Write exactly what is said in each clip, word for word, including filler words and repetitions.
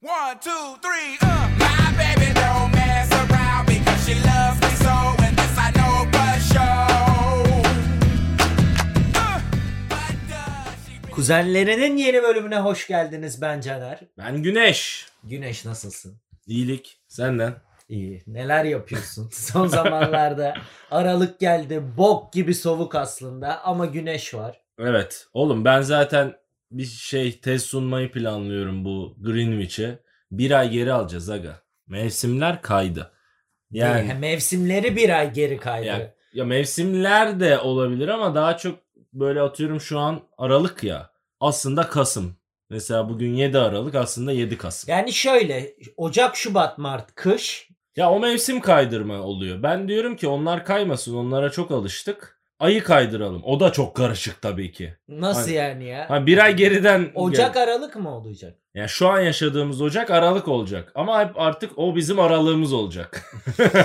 One, two, three, uh. My baby don't mess around because she loves me so, and this I know for sure. Uh, but does she... Kuzenlerinin yeni bölümüne hoş geldiniz. Ben Caner. Ben Güneş. Güneş, nasılsın? İyilik. Senden. İyi. Neler yapıyorsun? Son zamanlarda Aralık geldi. Bok gibi soğuk aslında ama güneş var. Evet. Oğlum ben zaten bir şey test sunmayı planlıyorum bu Greenwich'e. Bir ay geri alacağız aga. Mevsimler kaydı. Yani Yani mevsimleri bir ay geri kaydı. ya, ya mevsimler de olabilir ama daha çok böyle atıyorum şu an Aralık ya. Aslında Kasım. Mesela bugün yedi Aralık, aslında yedi Kasım. Yani şöyle Ocak, Şubat, Mart kış. Ya o mevsim kaydırma oluyor. Ben diyorum ki onlar kaymasın. Onlara çok alıştık. Ayı kaydıralım. O da çok karışık tabii ki. Nasıl Hani- yani ya? Ha, bir ay geriden Ocak, gel- Aralık mı olacak? Yani şu an yaşadığımız Ocak Aralık olacak. Ama hep artık o bizim aralığımız olacak.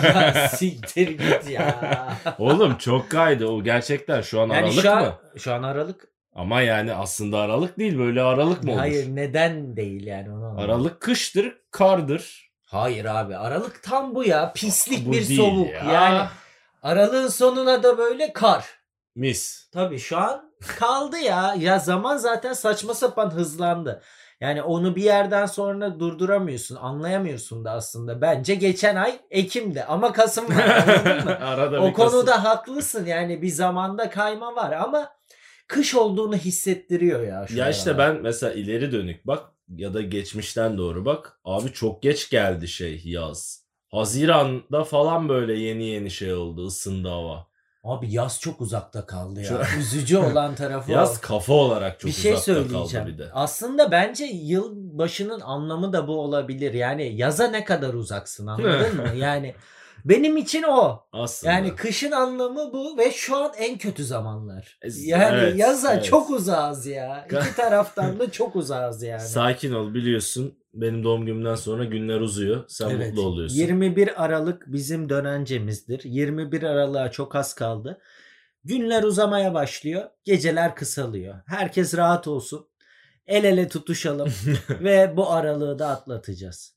Ya siktir git ya. Oğlum çok kaydı o gerçekten. Şu an Yani Aralık şu an, mı? şu an Aralık. Ama yani aslında Aralık değil, böyle Aralık mı olur? Hayır, neden değil yani onu anlamadım. Aralık kıştır, kardır. Hayır abi, Aralık tam bu ya. Pislik Bu bir değil soğuk. ya. Yani Aralığın sonuna da böyle kar. Mis. Tabii şu an kaldı ya. Ya zaman zaten saçma sapan hızlandı. Yani onu bir yerden sonra durduramıyorsun. Anlayamıyorsun da aslında. Bence geçen ay Ekim'de ama Kasım var, anladın mı? Arada O bir Kasım. konuda haklısın. Yani bir zamanda kayma var ama kış olduğunu hissettiriyor ya. Şu Ya işte aralar. ben mesela ileri dönük bak ya da geçmişten doğru bak. Abi çok geç geldi şey yaz. Haziran'da falan böyle yeni yeni şey oldu, ısındı hava. Abi yaz çok uzakta kaldı ya. Şu- Üzücü olan tarafı o. Yaz kafa olarak çok Bir şey uzakta söyleyeceğim. kaldı bir de. Aslında bence yılbaşının anlamı da bu olabilir. Yani yaza ne kadar uzaksın, anladın mı? Yani benim için o. Aslında. Yani kışın anlamı bu ve şu an en kötü zamanlar. E, Yani evet, yaza evet. çok uzağız ya. İki taraftan da çok uzağız yani. Sakin ol, biliyorsun benim doğum günümden sonra günler uzuyor. Sen Evet. mutlu oluyorsun. yirmi bir Aralık bizim dönencemizdir. yirmi bir Aralık'a çok az kaldı. Günler uzamaya başlıyor. Geceler kısalıyor. Herkes rahat olsun. El ele tutuşalım ve bu aralığı da atlatacağız.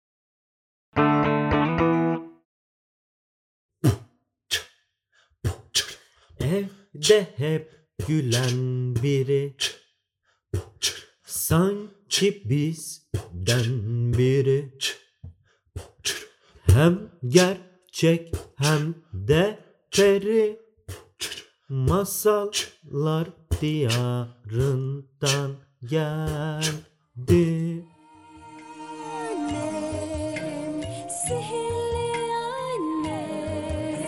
Evde hep gülen biri, sanki bizden biri. Hem gerçek hem de peri, masallar diyarından geldi. Annem, sihirli annem.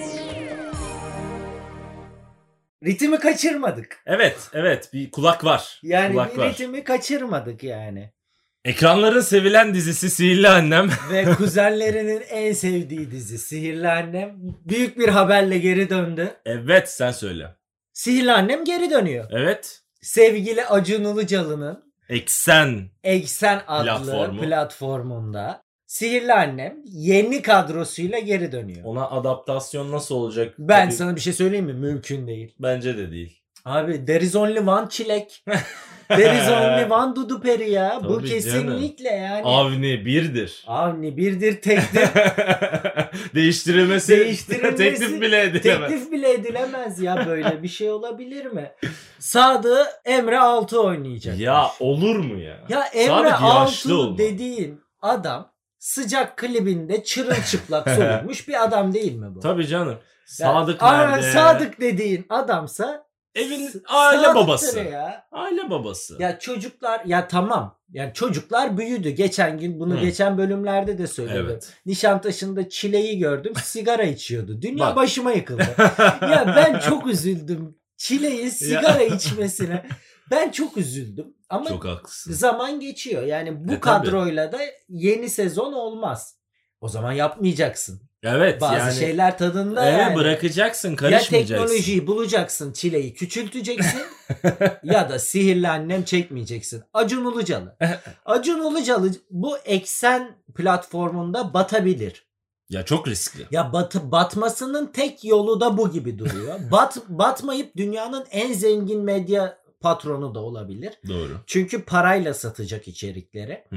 Ritmi kaçırmadık. Evet, evet, bir kulak var. Yani kulak bir var. ritmi kaçırmadık yani. Ekranların sevilen dizisi Sihirli Annem. Ve kuzenlerinin en sevdiği dizi Sihirli Annem büyük bir haberle geri döndü. Evet, sen söyle. Sihirli Annem geri dönüyor. Evet. Sevgili Acun Ilıcalı'nın Eksen. Eksen adlı Platformu. platformunda Sihirli Annem yeni kadrosuyla geri dönüyor. Ona adaptasyon nasıl olacak? Ben Tabii, sana bir şey söyleyeyim mi? Mümkün değil. bence de değil. Abi there is only one çilek. There is only one Dudu Peri ya. Bu Tabii kesinlikle yani. Avni birdir. Avni birdir, tektir. Değiştirilmesi, Değiştirilmesi- teklif bile edilemez. Teklif bile edilemez ya, böyle bir şey olabilir mi? Sadık Emre Altı oynayacak. Ya olur mu ya? Ya Emre Sadık yaşlı Altı olmalı. dediğin adam sıcak klibinde çırılçıplak soyulmuş bir adam değil mi bu? Tabii canım. Ya, Sadık aa, nerede? Sadık dediğin adamsa Evin S- aile Sadık'tır babası. Ya. Aile babası. Ya çocuklar, ya tamam. Yani çocuklar büyüdü. Geçen gün bunu Hı. geçen bölümlerde de söyledim. Evet. Nişantaşı'nda Çile'yi gördüm. Sigara içiyordu. Dünya Bak. başıma yıkıldı. Ya ben çok üzüldüm. Çile'yi sigara içmesine. Ben çok üzüldüm. Ama Çok haklısın. zaman geçiyor. Yani bu E, tabii. kadroyla da yeni sezon olmaz. O zaman yapmayacaksın. Evet Bazı yani. şeyler tadında Evet, yani. bırakacaksın, Ya karışmayacaksın. teknolojiyi bulacaksın, Çile'yi küçülteceksin ya da Sihirli Annem çekmeyeceksin. Acun Ilıcalı. Acun Ilıcalı bu Eksen platformunda batabilir. Ya çok riskli. Ya batı, batmasının tek yolu da bu gibi duruyor. Bat, batmayıp dünyanın en zengin medya patronu da olabilir. Doğru. Çünkü parayla satacak içerikleri. Hı.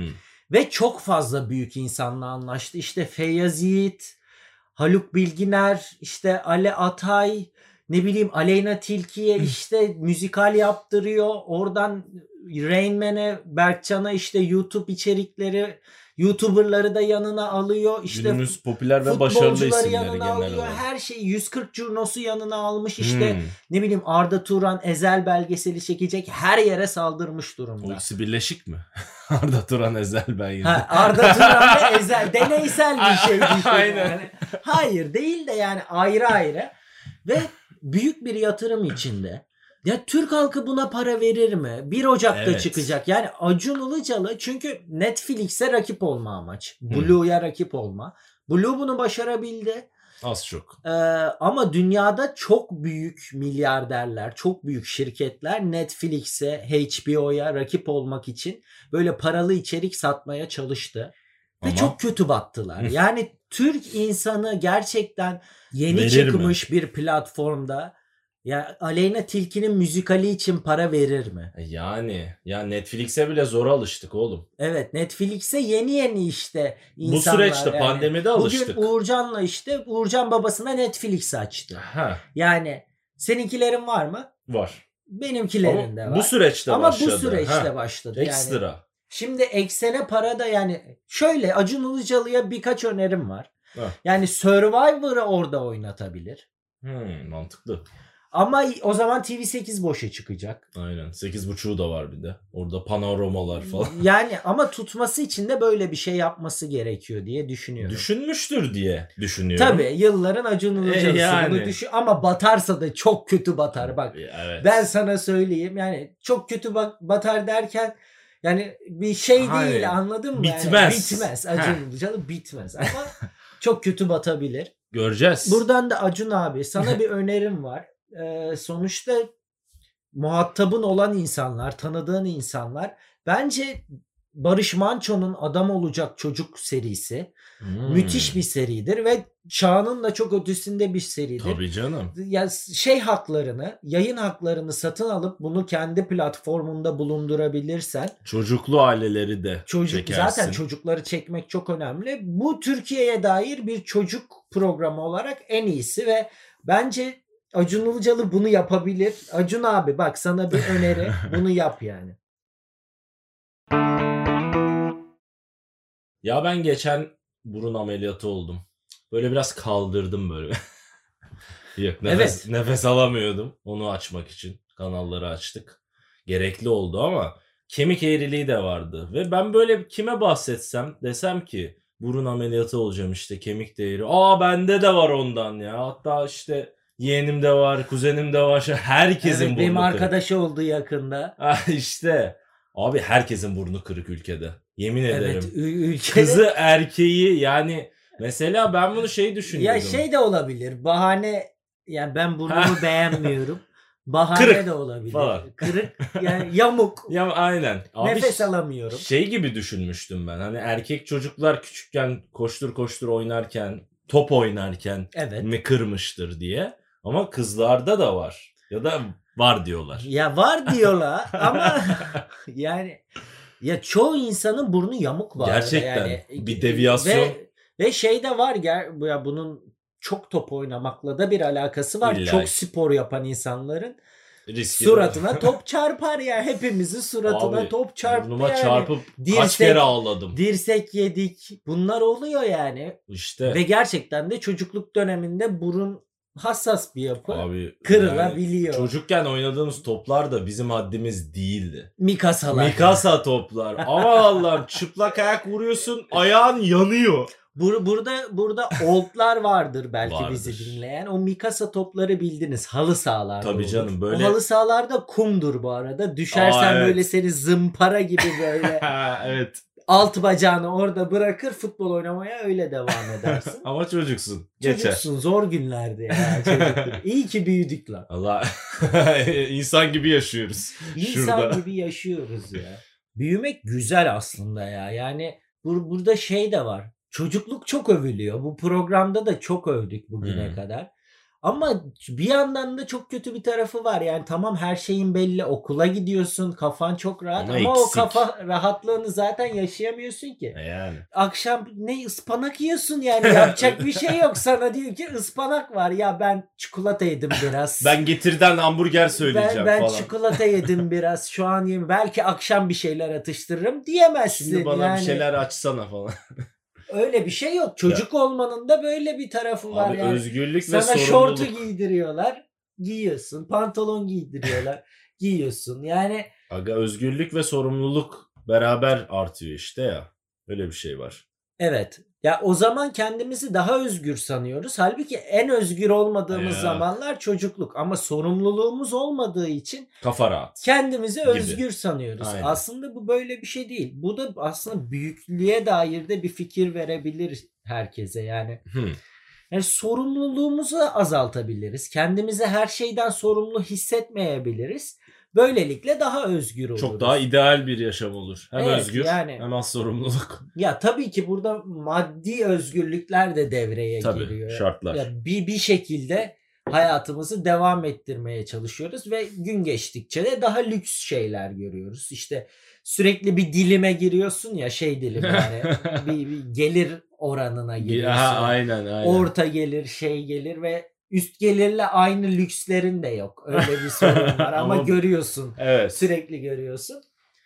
Ve çok fazla büyük insanla anlaştı. İşte Feyyaz Yiğit, Haluk Bilginer, işte Ali Atay, ne bileyim Aleyna Tilki'ye işte müzikal yaptırıyor. Oradan Rain Man'e, Berkcan'a işte YouTube içerikleri, YouTuber'ları da yanına alıyor. İşte Günümüz popüler ve başarılı futbolcuları isimleri yanına genel alıyor. olarak. Her şeyi yüz kırk Curnos'u yanına almış. İşte Hmm. ne bileyim Arda Turan Ezel belgeseli çekecek. Her yere saldırmış O durumda. ikisi birleşik mi? Arda Turan Ezel ben yine. Ha, Arda Turan ve Ezel deneysel bir şey düşün. Aynen. Yani. Hayır değil de yani ayrı ayrı ve büyük bir yatırım içinde. Ya Türk halkı buna para verir mi? bir Ocak'ta Evet. çıkacak. Yani Acun Ilıcalı çünkü Netflix'e rakip olma amaç. Blue'ya rakip olma. Blue bunu başarabildi. Az çok. Ee, ama dünyada çok büyük milyarderler, çok büyük şirketler Netflix'e, H B O'ya rakip olmak için böyle paralı içerik satmaya çalıştı. Ve Ama- çok kötü battılar. Yani Türk insanı gerçekten yeni Verir çıkmış bir platformda ya Aleyna Tilki'nin müzikali için para verir mi? Yani ya Netflix'e bile zor alıştık oğlum. Evet, Netflix'e yeni yeni işte Bu insanlar. süreçte yani. pandemide alıştık. Bugün Uğurcan'la işte Uğurcan babasına Netflix açtı. Ha, Yani seninkilerin var mı? var. Benimkilerin de Ama var. bu süreçte Ama başladı. bu süreçte Ha, başladı. Yani Ekstra. şimdi eksene para da yani şöyle Acun Ilıcalı'ya birkaç önerim var. Ha. Yani Survivor'ı orada oynatabilir. Hmm, mantıklı. Ama o zaman T V sekiz boşa çıkacak. Aynen. sekiz buçuğu da var bir de. Orada panoramalar falan. Yani ama tutması için de böyle bir şey yapması gerekiyor diye düşünüyorum. Düşünmüştür diye düşünüyorum. Tabii yılların Acun Ilıcalısı E, yani. bunu düşün ama batarsa da çok kötü batar bak. Evet. Ben sana söyleyeyim yani çok kötü bak- batar derken yani bir şey Hani, değil anladın mı? bitmez. Yani bitmez. Acun Heh. Ilıcalı bitmez ama çok kötü batabilir. Göreceğiz. Buradan da Acun abi sana bir önerim var. Ee, sonuçta muhatabın olan insanlar, tanıdığın insanlar bence Barış Manço'nun Adam Olacak Çocuk serisi Hmm. müthiş bir seridir ve çağının da çok ötesinde bir seridir. Tabii canım. Ya şey haklarını, yayın haklarını satın alıp bunu kendi platformunda bulundurabilirsen Çocuklu aileleri de çocuk çekersin. zaten çocukları çekmek çok önemli. Bu Türkiye'ye dair bir çocuk programı olarak en iyisi ve bence Acun Ilıcalı bunu yapabilir. Acun abi bak sana bir öneri. Bunu yap yani. Ya ben geçen burun ameliyatı oldum. Böyle biraz kaldırdım böyle. Yok nefes, Evet. nefes alamıyordum. Onu açmak için kanalları açtık. Gerekli oldu ama kemik eğriliği de vardı. Ve ben böyle kime bahsetsem desem ki burun ameliyatı olacağım işte kemik de eğri. Aa bende de var ondan ya. Hatta işte yeğenim de var, kuzenim de var. Herkesin Evet, benim burnu kırık. arkadaşı oldu yakında. Ah, işte. Abi herkesin burnu kırık ülkede. Yemin ederim. Evet, ü- ülkede. Kızı erkeği yani mesela ben bunu şey düşünüyorum. Ya şey de olabilir. Bahane yani ben burnumu Ha. beğenmiyorum. Bahane Kırık de olabilir. falan. Kırık yani yamuk. Ya aynen. Abi Nefes ş- alamıyorum. Şey gibi düşünmüştüm ben. Hani erkek çocuklar küçükken koştur koştur oynarken, top oynarken Evet. mi kırmıştır diye. Ama kızlarda da var. Ya da var diyorlar. Ya var diyorlar ama yani ya çoğu insanın burnu yamuk var. Gerçekten. Yani, Bir deviyasyon. Ve, ve şey de var ger- ya bunun çok top oynamakla da bir alakası var. İlla Çok ki. spor yapan insanların Riski suratına de- top çarpar ya. Hepimizin suratına Abi, top çarptı burnuma yani. çarpıp kaç Dirsek- kere ağladım. Dirsek yedik. Bunlar oluyor yani. İşte. Ve gerçekten de çocukluk döneminde burun hassas bir yapı. Abi kırılabiliyor. yani çocukken oynadığımız toplar da bizim haddimiz değildi. Mikasalar. Mikasa toplar. Aman Allah'ım çıplak ayak vuruyorsun ayağın yanıyor. Bur- burada burada oldlar vardır belki Vardır. bizi dinleyen. O Mikasa topları bildiniz. Halı sahalarda Tabii olur. canım, böyle- O halı sahalarda kumdur bu arada. Düşersen Aa, evet. böyle seni zımpara gibi böyle Evet. alt bacağını orada bırakır futbol oynamaya öyle devam edersin. Ama çocuksun. Geçer. Çocuksun zor günlerdi ya. çocukluk. İyi ki büyüdük lan. Allah insan gibi yaşıyoruz. İnsan Şurada. gibi yaşıyoruz ya. Büyümek güzel aslında ya. Yani bur- burada şey de var. Çocukluk çok övülüyor. Bu programda da çok övdük bugüne Hmm. kadar. Ama bir yandan da çok kötü bir tarafı var. Yani tamam her şeyin belli. Okula gidiyorsun. Kafan çok rahat. Ama Ama o eksik. kafa rahatlığını zaten yaşayamıyorsun ki. E Yani. Akşam ne ıspanak yiyorsun yani. Yapacak bir şey yok. Sana diyor ki ıspanak var. Ya ben çikolata yedim biraz. Ben getirden hamburger söyleyeceğim ben, ben falan. çikolata yedim biraz. Şu an yiyeyim. Belki akşam bir şeyler atıştırırım diyemezsin. Şimdi bana yani. bir şeyler açsana falan. Öyle bir şey yok. Çocuk olmanın da böyle bir tarafı var. Abi yani. özgürlük ve Sana sorumluluk. şortu giydiriyorlar. Giyiyorsun. Pantolon giydiriyorlar. Giyiyorsun. Yani Aga özgürlük ve sorumluluk beraber artıyor işte ya. Öyle bir şey var. evet. Ya o zaman kendimizi daha özgür sanıyoruz. Halbuki en özgür olmadığımız Ya. zamanlar çocukluk. Ama sorumluluğumuz olmadığı için Kafa rahat. kendimizi Gibi. özgür sanıyoruz. Aynen. Aslında bu böyle bir şey değil. Bu da aslında büyüklüğe dair de bir fikir verebilir herkese. Yani Hı. Yani sorumluluğumuzu azaltabiliriz. Kendimizi her şeyden sorumlu hissetmeyebiliriz. Böylelikle daha özgür oluruz. Çok daha ideal bir yaşam olur. Hem Evet, özgür yani. hem az sorumluluk. Ya tabii ki burada maddi özgürlükler de devreye Tabii giriyor. şartlar. Ya bir bir şekilde hayatımızı devam ettirmeye çalışıyoruz ve gün geçtikçe de daha lüks şeyler görüyoruz. İşte sürekli bir dilime giriyorsun ya şey dilim yani bir, bir gelir oranına giriyorsun. Ha, aynen aynen. Orta gelir, şey gelir ve üst gelirle aynı lükslerin de yok. Öyle bir sorun var ama, Ama- görüyorsun. Evet. Sürekli görüyorsun.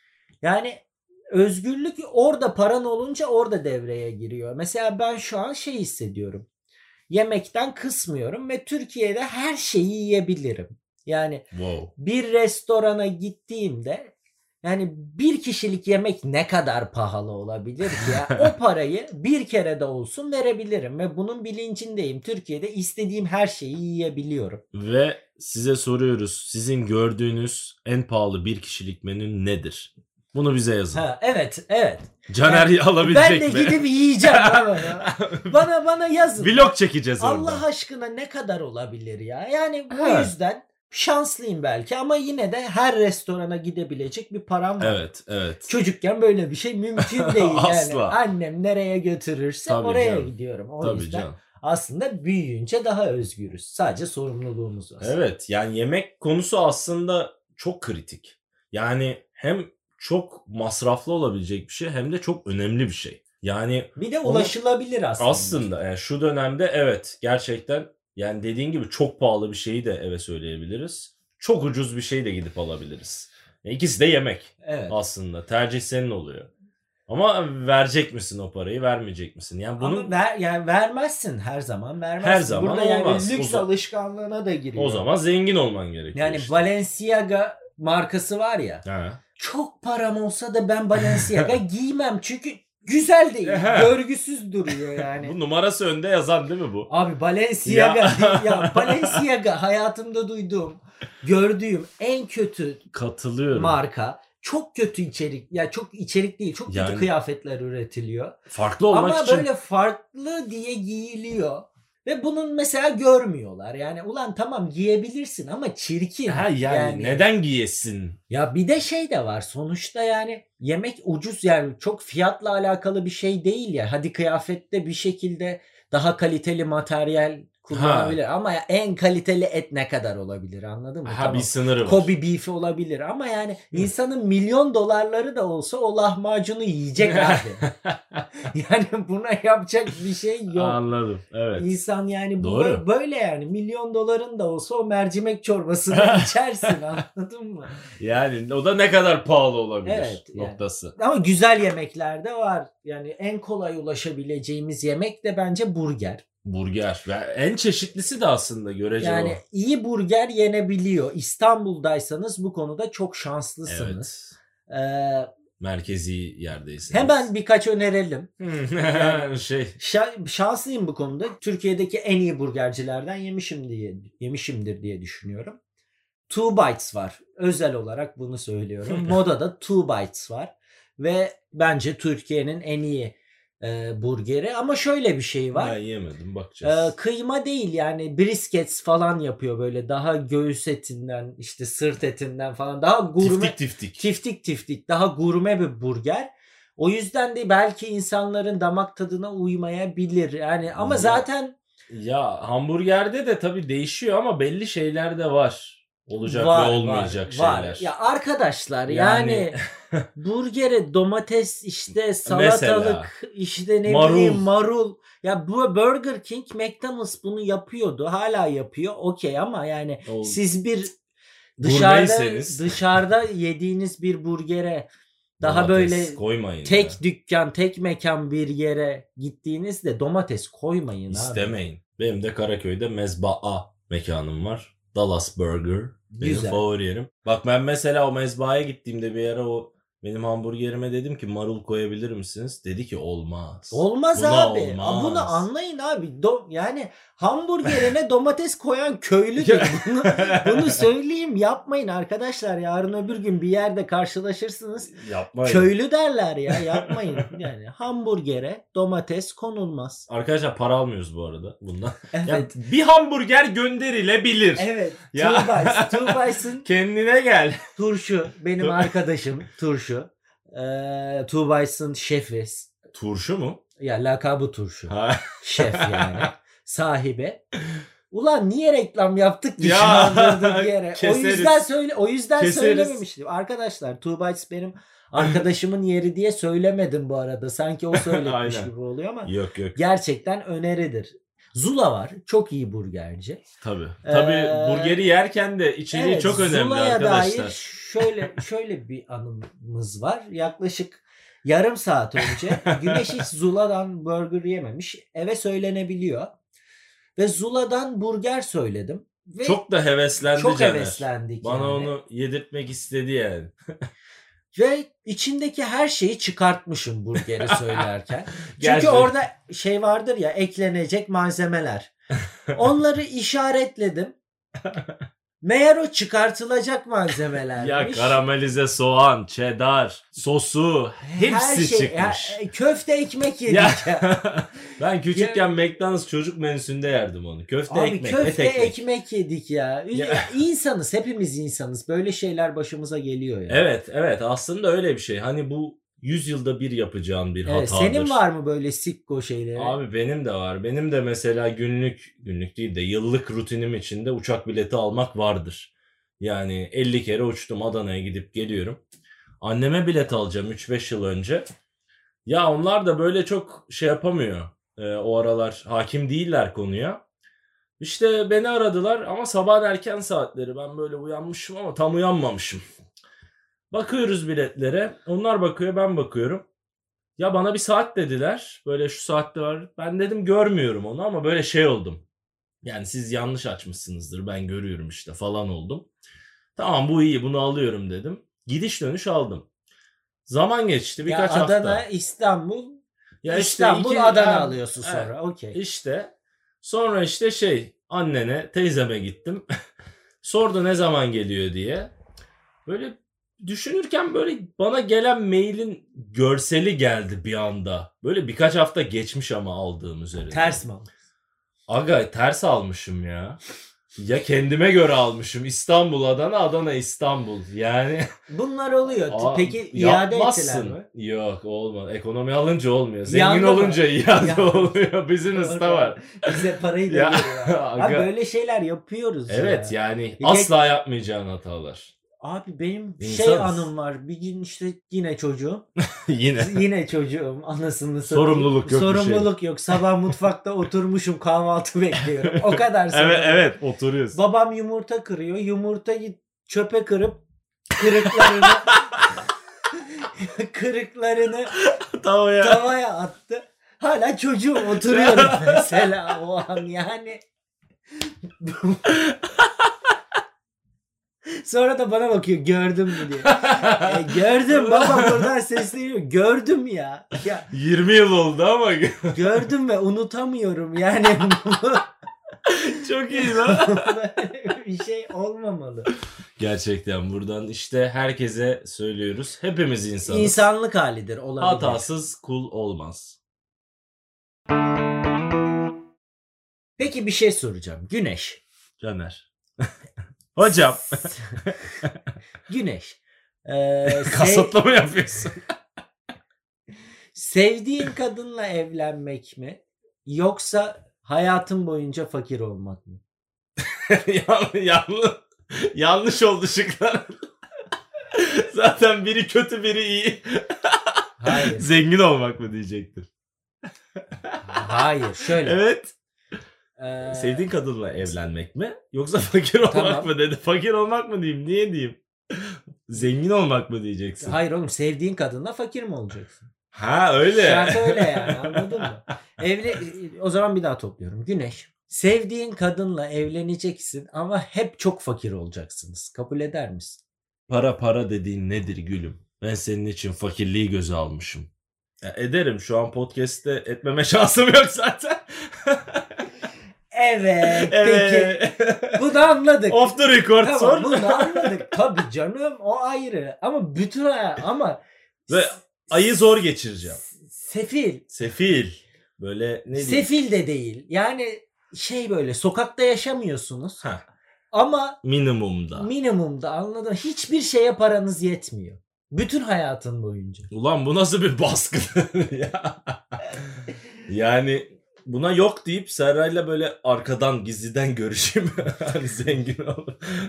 Yani özgürlük orada paran olunca orada devreye giriyor. Mesela ben şu an şey hissediyorum. Yemekten kısmıyorum ve Türkiye'de her şeyi yiyebilirim. Yani Wow. bir restorana gittiğimde yani bir kişilik yemek ne kadar pahalı olabilir ki ya? O parayı bir kere de olsun verebilirim ve bunun bilincindeyim. Türkiye'de istediğim her şeyi yiyebiliyorum. Ve size soruyoruz. Sizin gördüğünüz en pahalı bir kişilik menü nedir? Bunu bize yazın. Ha, evet, evet. Caner Ben alabilecek de mi? gidip yiyeceğim ama ya. Bana bana yazın. Vlog çekeceğiz orada. Allah aşkına ne kadar olabilir ya? Yani bu Ha. yüzden şanslıyım belki ama yine de her restorana gidebilecek bir param var. Evet, evet. Çocukken böyle bir şey mümkün değil. Yani Asla. annem nereye götürürse Tabii oraya canım. gidiyorum. O Tabii yüzden canım. aslında büyüyünce daha özgürüz. Sadece sorumluluğumuz var. Evet, yani yemek konusu aslında çok kritik. Yani hem çok masraflı olabilecek bir şey hem de çok önemli bir şey. Yani Bir de Onu- ulaşılabilir aslında. aslında yani şu dönemde evet gerçekten yani dediğin gibi çok pahalı bir şeyi de eve söyleyebiliriz. Çok ucuz bir şey de gidip alabiliriz. Yani İkisi de yemek Evet. aslında. Tercih senin oluyor. Ama verecek misin o parayı, vermeyecek misin? Yani bunun Ama ver, yani vermezsin her zaman vermezsin. Her zaman Burada yani olmaz. lüks O zaman- alışkanlığına da giriyor. o zaman zengin olman gerekiyor. yani işte. Balenciaga markası var ya. Ha. Çok param olsa da ben Balenciaga giymem çünkü güzel değil. He. Görgüsüz duruyor yani. Bu numarası önde yazan değil mi bu? Abi Balenciaga Ya. değil ya. Balenciaga hayatımda duyduğum, gördüğüm en kötü Katılıyorum. marka. Çok kötü içerik. Ya çok içerik değil. Çok kötü Yani- kıyafetler üretiliyor. Farklı olmak Ama için böyle farklı diye giyiliyor. Ve bunun mesela görmüyorlar. Yani ulan tamam giyebilirsin ama çirkin. ha, yani, neden giyesin? Ya bir de şey de var. Sonuçta yani yemek ucuz yani çok fiyatla alakalı bir şey değil ya. Hadi kıyafette bir şekilde daha kaliteli materyal kullanabilir ama ya en kaliteli et ne kadar olabilir anladın mı? Ha Tamam. bir sınırı var. Kobe beef'i olabilir ama yani insanın milyon dolarları da olsa o lahmacunu yiyecek abi. Yani buna yapacak bir şey yok. Anladım. Evet. İnsan yani bu Doğru. böyle yani milyon doların da olsa o mercimek çorbasını içersin anladın mı? Yani o da ne kadar pahalı olabilir Evet, yani. noktası. Ama güzel yemekler de var. Yani en kolay ulaşabileceğimiz yemek de bence burger. Burger. Ve en çeşitlisi de aslında görece Yani o. iyi burger yenebiliyor. İstanbul'daysanız bu konuda çok şanslısınız. Evet. Ee, Merkezi yerdeyseniz. hemen birkaç önerelim. şey. Şa- şanslıyım bu konuda. Türkiye'deki en iyi burgercilerden yemişim diye yemişimdir diye düşünüyorum. Two Bites var. Özel olarak bunu söylüyorum. Moda'da Two Bites var. Ve bence Türkiye'nin en iyi e, burgeri. Ama şöyle bir şey var. Ben yemedim E, bakacağız. kıyma değil yani briskets falan yapıyor böyle. Daha göğüs etinden işte sırt etinden falan. Daha gurme. tiftik tiftik. Tiftik tiftik daha gurme bir burger. O yüzden de belki insanların damak tadına uymayabilir. Yani ama Ya. zaten Ya hamburgerde de tabii değişiyor ama belli şeyler de var. Olacak Var, ve olmayacak var, şeyler. var. Ya arkadaşlar Yani- yani, burgere domates işte Mesela. salatalık işte ne Marul. bileyim marul. Ya bu Burger King, McDonald's bunu yapıyordu. Hala yapıyor. Okey ama yani O- siz bir dışarıda Gurmeyseniz. dışarıda yediğiniz bir burgere daha Domates böyle koymayın tek ya. dükkan, tek mekan bir yere gittiğinizde domates koymayın abi. İstemeyin. Benim de Karaköy'de mezbaa mekanım var. Dallas Burger. Benim Güzel. favori yerim. Bak ben mesela o mezbahaya gittiğimde bir ara o benim hamburgerime dedim ki marul koyabilir misiniz? Dedi ki olmaz. Olmaz Buna abi. olmaz. Bunu anlayın abi. Do- yani hamburgerine domates koyan köylüdür. Bunu, bunu söyleyeyim. Yapmayın arkadaşlar. Yarın öbür gün bir yerde karşılaşırsınız. Yapmayın. Köylü derler ya. Yapmayın. Yani hamburgere domates konulmaz. Arkadaşlar para almıyoruz bu arada bundan. Evet. Ya bir hamburger gönderilebilir. Evet. Ya. Two Bites. Two Bites'ın Kendine gel. turşu. Benim Tu- arkadaşım turşu. Ee, Two Bites'ın şefi. Turşu mu? Ya lakabı turşu. Ha. Şef yani. Sahibe. Ulan niye reklam yaptık ki Ya, şu an durduk yere? O keseriz. yüzden söyle o yüzden Keseriz. söylememiştim. Arkadaşlar Two Bites benim arkadaşımın yeri diye söylemedim bu arada. Sanki o söylemiş Aynen. gibi oluyor ama Yok yok. gerçekten öneridir. Zula var. Çok iyi burgerci. Tabii. Tabii Ee, burgeri yerken de içeriği Evet, çok önemli Zula'ya arkadaşlar. dair şöyle şöyle bir anımız var. Yaklaşık yarım saat önce Güneş hiç Zula'dan burger yememiş. Eve söylenebiliyor. Ve Zula'dan burger söyledim. Ve Çok da heveslendi çok Caner. heveslendik Bana yani. onu yedirtmek istedi yani. Ve içindeki her şeyi çıkartmışım burgeri söylerken. Çünkü Gerçekten. orada şey vardır ya, eklenecek malzemeler. Onları işaretledim. Meğer o çıkartılacak malzemelermiş. Ya karamelize soğan, cheddar, sosu hepsi Her şey, çıkmış. ya, köfte ekmek yedik Ya. ya. Ben küçükken McDonald's çocuk menüsünde yerdim onu. Köfte Abi ekmek, köfte et ekmek. ekmek yedik ya. Ya. İnsanız, hepimiz insanız. Böyle şeyler başımıza geliyor ya. Evet, evet aslında öyle bir şey. Hani bu yüz yılda bir yapacağın bir Evet, hatadır. senin var mı böyle sikko şeyleri? Abi benim de var. Benim de mesela günlük, günlük değil de yıllık rutinim içinde uçak bileti almak vardır. Yani elli kere uçtum, Adana'ya gidip geliyorum. Anneme bilet alacağım üç beş yıl önce. Ya onlar da böyle çok şey yapamıyor. Ee, o aralar hakim değiller konuya. İşte beni aradılar ama sabah erken saatleri. Ben böyle uyanmışım ama tam uyanmamışım. Bakıyoruz biletlere. Onlar bakıyor, ben bakıyorum. Ya bana bir saat dediler. Böyle şu saatte var. Ben dedim görmüyorum onu ama böyle şey oldum. Yani siz yanlış açmışsınızdır. Ben görüyorum işte falan oldum. Tamam bu iyi, bunu alıyorum dedim. Gidiş dönüş aldım. Zaman geçti Ya birkaç Adana, hafta. İstanbul, Ya işte İstanbul, iki- Adana Ha, alıyorsun evet. sonra. Okey. İşte sonra işte şey annene, teyzeme gittim. Sordu ne zaman geliyor diye. Böyle düşünürken böyle bana gelen mailin görseli geldi bir anda. Böyle birkaç hafta geçmiş ama aldığım üzerine. Ters mi? Aga ters almışım ya. Ya kendime göre almışım. İstanbul, Adana, Adana, İstanbul. Yani Bunlar oluyor. Aa, Peki iade yapmazsın. ettiler mi? Yok olmaz. Ekonomi alınca olmuyor. Zengin Yandı mı? olunca iade Yandı. oluyor. Business'ta var. Bize parayı da Ya, veriyor. Abi aga. böyle şeyler yapıyoruz Evet ya. yani Ya- asla yapmayacağın hatalar. Abi benim şey İnsanız. anım var. Bir gün işte yine çocuğum. Yine. Yine çocuğum. Anasını satayım. Sorumluluk yok bir şey. Sorumluluk yok. Sabah mutfakta oturmuşum, kahvaltı bekliyorum. O kadar sonra. Evet evet oturuyoruz. Babam yumurta kırıyor. Yumurtayı çöpe kırıp kırıklarını kırıklarını Tamam ya. tavaya attı. Hala çocuğum oturuyorum mesela o an yani. Sonra da bana bakıyor, gördüm mü diye. E, gördüm baba, buradan sesleniyor. Gördüm ya. Ya yirmi yıl oldu ama gördüm ve unutamıyorum yani. çok iyi lan. Böyle bir şey olmamalı. Gerçekten buradan işte herkese söylüyoruz. Hepimiz insanız. İnsanlık halidir, olabilir. Hatasız kul olmaz. Peki bir şey soracağım. Güneş. Caner. Hocam. Güneş. Ee, sev- Kasıtlı mı yapıyorsun? sevdiğin kadınla evlenmek mi? Yoksa Hayatın boyunca fakir olmak mı? Yan- yanlış, yanlış oldu şıklar. Zaten biri kötü biri iyi. Hayır. Zengin olmak mı diyecektim. Hayır. Şöyle. Evet. Ee, Sevdiğin kadınla evlenmek mi? Yoksa fakir olmak Tamam. mı dedi. Fakir olmak mı diyeyim? Niye diyeyim? Zengin olmak mı diyeceksin? Hayır oğlum, sevdiğin kadınla fakir mi olacaksın? Ha öyle. Şart öyle yani, anladın mı? Evli, o zaman bir daha topluyorum. Güneş. Sevdiğin kadınla evleneceksin ama hep çok fakir olacaksınız. Kabul eder misin? Para para dediğin nedir gülüm? Ben senin için fakirliği göze almışım. Ya ederim, şu an podcast'te etmeme şansım yok zaten. Evet. Peki. Evet. Bunu anladık. Off the record Tamam, sor. bunu anladık. Tabii canım, o ayrı. Ama bütün ama Ve ayı zor geçireceğim. sefil. Sefil. Böyle ne diyeyim? Sefil de değil. Yani şey, böyle sokakta yaşamıyorsunuz Heh, ama minimumda. minimumda, anladın mı? Hiçbir şeye paranız yetmiyor. Bütün hayatın boyunca. Ulan bu nasıl bir baskı ya? Yani buna yok deyip Serra'yla böyle arkadan gizliden görüşeyim. Hani zengin ol.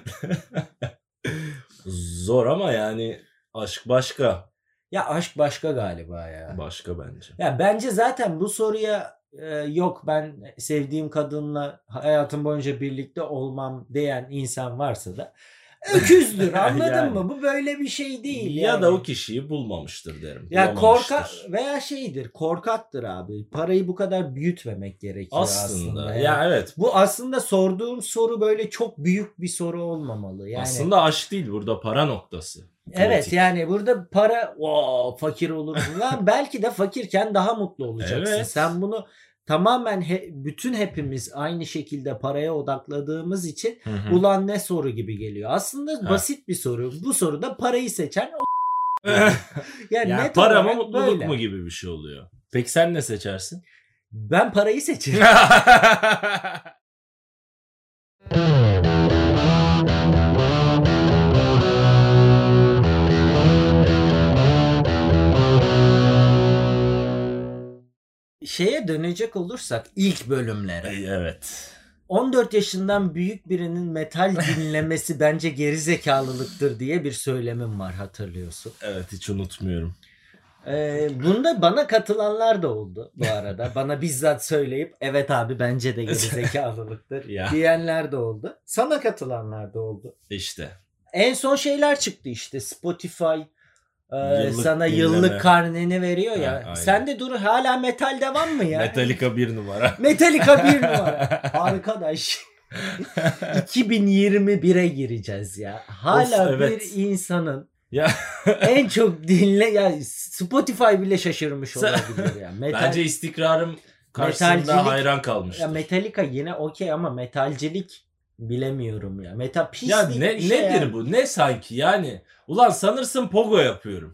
Zor ama yani aşk başka. Ya aşk başka galiba ya. Başka bence. Ya bence zaten bu soruya e, yok ben sevdiğim kadınla hayatım boyunca birlikte olmam diyen insan varsa da öküzdür, anladın Yani. mı? Bu böyle bir şey değil Ya yani. da o kişiyi bulmamıştır derim. Ya Bulamamıştır. korkak veya şeydir, korkaktır abi. Parayı bu kadar büyütmemek gerekiyor aslında. Aslında. yani. Ya evet. Bu aslında sorduğum soru böyle çok büyük bir soru olmamalı. Yani Aslında aşk değil, burada para noktası. evet, Kritik. yani burada para o fakir olur lan, belki de fakirken daha mutlu olacaksın. Evet. Sen bunu tamamen he- bütün hepimiz aynı şekilde paraya odakladığımız için Hı hı. ulan ne soru gibi geliyor. Aslında Ha. basit bir soru. Bu soruda parayı seçen o. Yani Yani net para mı olarak mutluluk böyle. mu gibi bir şey oluyor. Peki sen ne seçersin? Ben parayı seçerim. Şeye dönecek olursak ilk bölümlere. Evet. on dört yaşından büyük birinin metal dinlemesi bence gerizekalılıktır diye bir söylemim var, hatırlıyorsun. Evet, hiç unutmuyorum. Ee, bunda bana katılanlar da oldu bu arada. Bana bizzat söyleyip evet abi bence de gerizekalılıktır Ya. diyenler de oldu. Sana katılanlar da oldu. İşte. En son şeyler çıktı işte, Spotify e, Yıllık sana dinleme. yıllık karneni veriyor Ha, ya. aynen. Sen de dur, hala metal devam mı ya? Metallica bir numara. Metallica bir numara. Arkadaş. iki bin yirmi bire gireceğiz ya. Hala Of, evet. bir insanın Ya en çok dinle ya, Spotify bile şaşırmış Sen- olabilir ya. Metal, bence istikrarım karşısında Metalcilik- hayran kalmıştır. ya Metallica yine okey ama metalcilik bilemiyorum ya. Metal pis Ya değil ne, bir şey nedir yani. bu? Ne sanki yani? Ulan sanırsın pogo yapıyorum.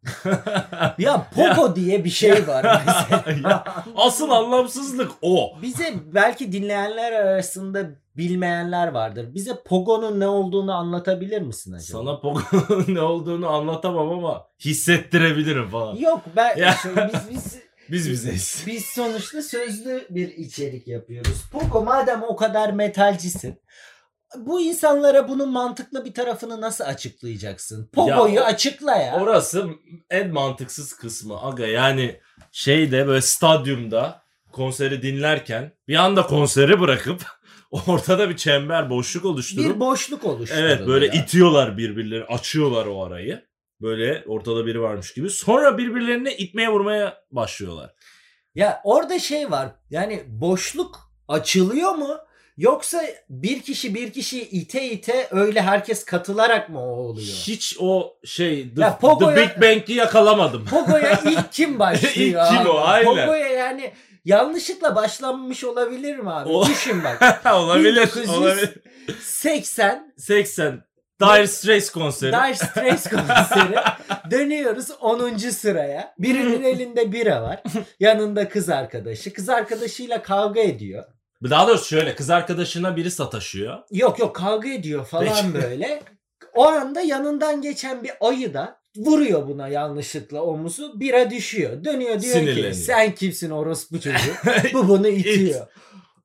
Ya Pogo diye bir şey var mesela. Ya, asıl anlamsızlık o. Bize belki dinleyenler arasında bilmeyenler vardır. Bize Pogo'nun ne olduğunu anlatabilir misin acaba? Sana pogo'nun ne olduğunu anlatamam ama hissettirebilirim falan. Yok ben Ya. şöyle, biz biz Biz bizeyiz. biz sonuçta sözlü bir içerik yapıyoruz. Pogo, madem o kadar metalcisin, bu insanlara bunun mantıklı bir tarafını nasıl açıklayacaksın? Pogo'yu Ya o- açıkla ya. Orası en mantıksız kısmı aga, yani şeyde böyle stadyumda konseri dinlerken bir anda konseri bırakıp ortada bir çember, boşluk oluşturup bir boşluk oluşturuluyor. evet böyle itiyorlar birbirlerini, açıyorlar o arayı. Böyle ortada biri varmış gibi. Sonra birbirlerini itmeye vurmaya başlıyorlar. Ya orada şey var. Yani boşluk açılıyor mu? Yoksa bir kişi bir kişi ite ite öyle herkes katılarak mı o oluyor? Hiç o şey The, Ya Pogo'ya- The Big Bang'i yakalamadım. Pogo'ya ilk kim başlıyor? İlk kim abi? o? Aynen. Pogo'ya yani yanlışlıkla başlanmış olabilir mi abi? O- Düşün bak. olabilir, bin dokuz yüz olabilir. seksen seksen Dire Straits konseri. Dire Straits konseri. Dönüyoruz onuncu sıraya. Birinin elinde bira var. Yanında kız arkadaşı. Kız arkadaşıyla kavga ediyor. Daha doğrusu şöyle, kız arkadaşına biri sataşıyor. Yok yok, kavga ediyor falan Peki. böyle. O anda yanından geçen bir ayı da vuruyor buna yanlışlıkla omuzu. Bira düşüyor. Dönüyor diyor Sinirleniyor. ki sen kimsin orospu çocuğu? Bu bunu itiyor.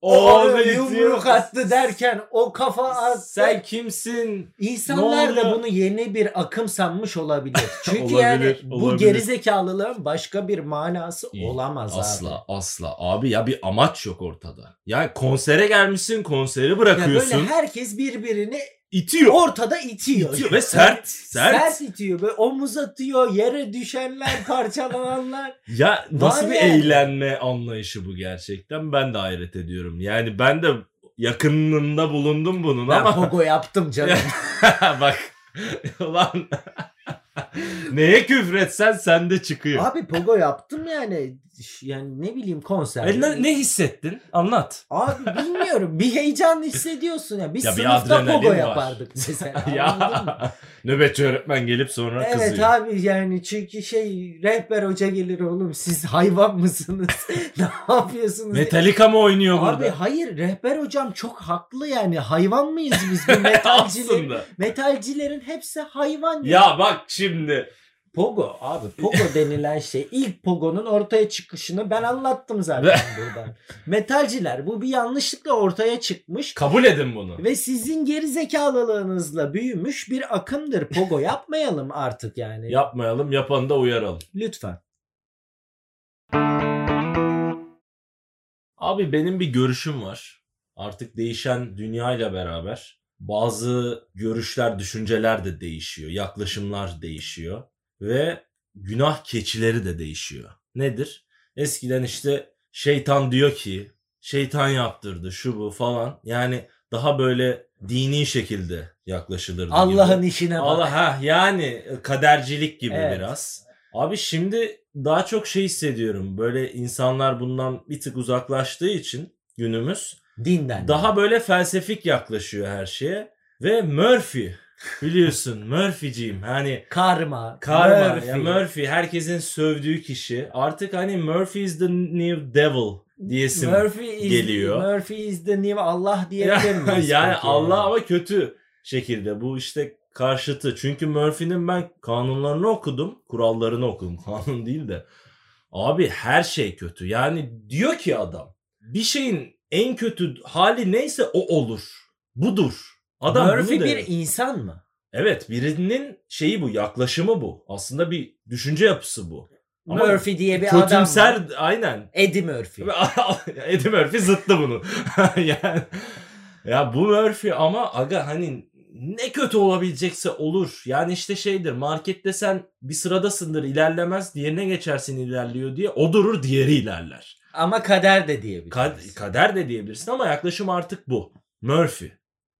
O Abi, yumruk attı derken o kafa attı. Sen kimsin? İnsanlar Ne da oluyor? bunu yeni bir akım sanmış olabilir. Çünkü Olabilir, yani bu olabilir. gerizekalılığın başka bir manası İyi, olamaz asla, abi. asla. Abi ya bir amaç yok ortada. Yani konsere gelmişsin, konseri Ya bırakıyorsun. böyle herkes birbirini itiyor. ortada itiyor. İtiyor ve sert, sert. Sert itiyor. Böyle omuz atıyor. Yere düşenler, parçalananlar. Ya nasıl Var bir yani. eğlenme anlayışı bu gerçekten? Ben de hayret ediyorum. Yani ben de yakınında bulundum bunun Ben ama pogo yaptım canım. bak ulan neye küfretsen sende çıkıyor. Abi pogo yaptım yani. Yani ne bileyim konser. E, ne, ne hissettin? Anlat. Abi bilmiyorum. Bir heyecan hissediyorsun ya. Biz Ya bir sınıfta adrenalin pogo var. yapardık mesela. Anladın mı? Ya nöbetçi öğretmen gelip sonra Evet kızıyor. abi yani çünkü şey rehber hoca gelir oğlum siz hayvan mısınız? Ne yapıyorsunuz? Metallica mı oynuyor Abi burada? hayır rehber hocam çok haklı yani hayvan mıyız biz bu metalcilerin? Aslında. Metalcilerin hepsi hayvan. Ya bak şimdi. Pogo abi pogo denilen şey ilk pogonun ortaya çıkışını ben anlattım zaten buradan. Metalciler bu bir yanlışlıkla ortaya çıkmış Kabul edin bunu. ve sizin geri zekalılığınızla büyümüş bir akımdır. Pogo yapmayalım artık yani. Yapmayalım, yapanı da uyaralım. Lütfen. Abi benim bir görüşüm var. Artık değişen dünyayla beraber bazı görüşler, düşünceler de değişiyor. Yaklaşımlar değişiyor. Ve günah keçileri de değişiyor. Nedir? Eskiden işte şeytan diyor ki, şeytan yaptırdı şu bu falan. Yani daha böyle dini şekilde yaklaşılırdı. Allah'ın gibi. işine bak. Allah ha yani kadercilik gibi Evet. biraz. Abi şimdi daha çok şey hissediyorum. Böyle insanlar bundan bir tık uzaklaştığı için günümüz Dinden. daha böyle felsefik yaklaşıyor her şeye. Ve Murphy biliyorsun Murphy'ciyim. Hani Karma. karma Murphy. ya Murphy herkesin sövdüğü kişi. Artık hani Murphy is the new devil diyesim. Murphy is, geliyor. Murphy is the new Allah diyebilir miyiz? yani peki? Allah ama kötü şekilde. Bu işte karşıtı. Çünkü Murphy'nin ben kanunlarını okudum. Kurallarını okudum. Kanun değil de. Abi her şey kötü. Yani diyor ki adam bir şeyin en kötü hali neyse o olur. Budur. Adam Murphy bunu bir der. insan mı? Evet birinin şeyi bu. Yaklaşımı bu. Aslında bir düşünce yapısı bu. Ama Murphy diye bir adam kötümser var. aynen. Eddie Murphy. Eddie Murphy zıttı bunu. yani ya bu Murphy ama aga hani ne kötü olabilecekse olur. Yani işte şeydir markette sen bir sıradasındır ilerlemez diğerine geçersin ilerliyor diye o durur diğeri ilerler. Ama kader de diyebiliriz. Kad- kader de diyebilirsin ama yaklaşım artık bu. Murphy.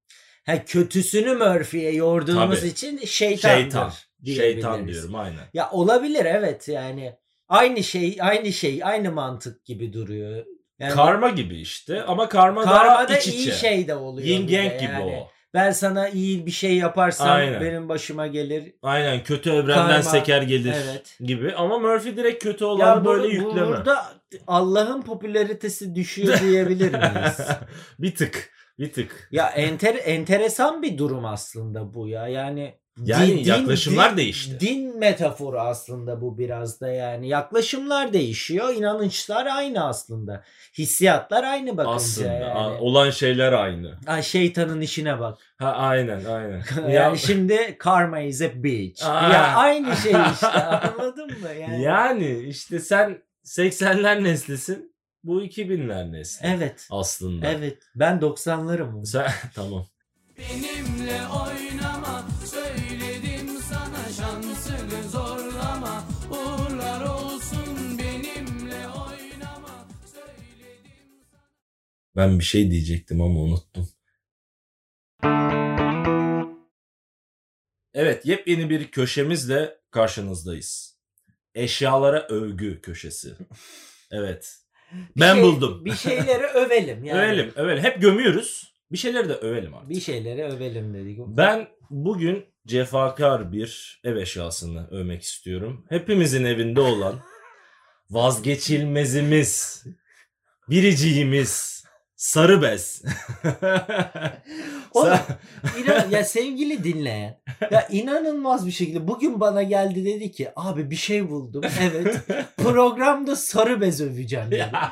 Ha, kötüsünü Murphy'ye yorduğumuz Tabii. için şeytandır. Şeytan. diyebiliriz. Şeytan diyorum aynen. Ya olabilir evet yani. Aynı şey, aynı şey, aynı mantık gibi duruyor. Yani Karma gibi işte ama karma, karmada daha iç içe. iyi şey de oluyor. Yin bir de yang gibi yani. o. Ben sana iyi bir şey yaparsam Aynen. benim başıma gelir. Aynen kötü evrenden Karma, seker gelir evet. gibi ama Murphy direkt kötü Ya olan bu- böyle bu- yükleme. Burada Allah'ın popülaritesi düşüyor diyebilir miyiz? bir tık bir tık. Ya enter enteresan bir durum aslında bu ya. Yani Yani yaklaşımlar değişti. Din metaforu aslında bu biraz da yani. Yaklaşımlar değişiyor, inanışlar aynı aslında. Hissiyatlar aynı bakınca Aslında yani. a- olan şeyler aynı. Ay şeytanın işine bak. Ha aynen aynen. yani ya, şimdi karma is a bitch. Aa. Ya aynı şey işte anladın mı? Yani. yani işte sen seksenler neslisin. Bu iki binler nesli. Evet. Aslında. Evet. Ben doksanlarım. Sen tamam. Benimle oynama, söyledim sana şansını zorlama. Uğurlar olsun benimle oynama, söyledim sana. Ben bir şey diyecektim ama unuttum. Evet, yepyeni bir köşemizle karşınızdayız. Eşyalara övgü köşesi. Evet. Bir Ben şey- buldum. Bir şeyleri övelim yani. Övelim, övelim. Hep gömüyoruz. Bir şeyleri de övelim artık. Bir şeyleri övelim dedik. Ben bugün cefakar bir ev eşyasını övmek istiyorum. Hepimizin evinde olan vazgeçilmezimiz, biriciğimiz, sarı bez. Oğlum, Sa- İnan, ya sevgili dinleyen ya inanılmaz bir şekilde bugün bana geldi dedi ki abi bir şey buldum. Evet programda sarı bez öveceğim dedi. Ya,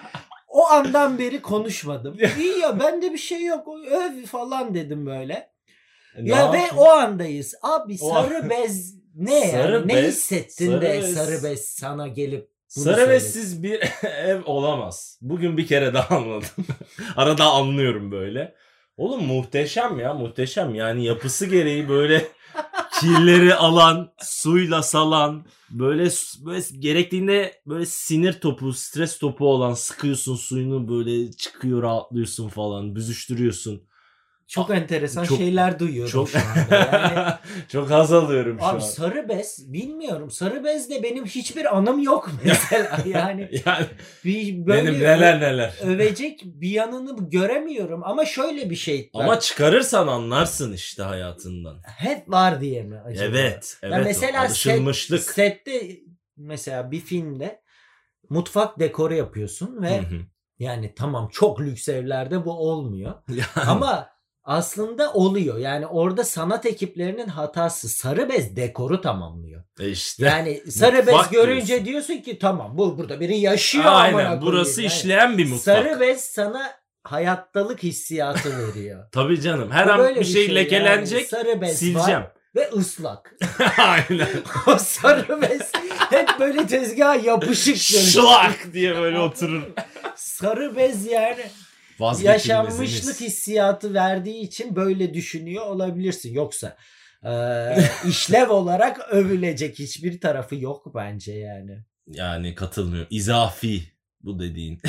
O andan beri konuşmadım. İyi ya bende bir şey yok. Öv falan dedim böyle. Ne Ya ve yapayım? o andayız. Abi O- sarı bez ne Sarı yani? Ne bez- hissettin sarı de bez- sarı bez sana gelip bunu Sarı söyledi? bezsiz bir ev olamaz. Bugün bir kere daha anladım. Arada anlıyorum böyle. Oğlum muhteşem ya muhteşem. Yani yapısı gereği böyle kirleri alan, suyla salan, böyle, böyle gerektiğinde böyle sinir topu, stres topu olan sıkıyorsun suyunu böyle çıkıyor rahatlıyorsun falan, büzüştürüyorsun. Çok enteresan Çok- şeyler duyuyorum Çok şu anda. Yani çok haz alıyorum şu abi an. sarı bez bilmiyorum. Sarı bezde benim hiçbir anım yok mesela. Yani Yani bir böyle benim neler neler. övecek bir yanını göremiyorum ama şöyle bir şey var. Ama çıkarırsan anlarsın işte hayatından. Hep var diye mi acaba? Evet, evet. Ya o mesela alışılmışlık. set, sette mesela bir filmde mutfak dekoru yapıyorsun ve Hı hı. yani tamam çok lüks evlerde bu olmuyor Yani- ama aslında oluyor. Yani orada sanat ekiplerinin hatası sarı bez dekoru tamamlıyor. E işte. Yani sarı bez Mutfak görünce diyorsun. diyorsun ki tamam bu burada biri yaşıyor. amına Aynen koyayım. burası Yani işleyen bir mutfak. sarı bez sana hayattalık hissiyatı veriyor. Tabii canım. Her Bu an böyle bir şey yani. lekelenecek. Sarı bez sileceğim. var ve ıslak. Aynen. O sarı bez hep böyle tezgaha yapışık. Şlak diye böyle oturur. Sarı bez yani Vazgeçilmezimiz. yaşanmışlık hissiyatı verdiği için böyle düşünüyor olabilirsin. Yoksa e, işlev olarak övülecek hiçbir tarafı yok bence yani. Yani katılmıyorum. İzafi bu dediğin.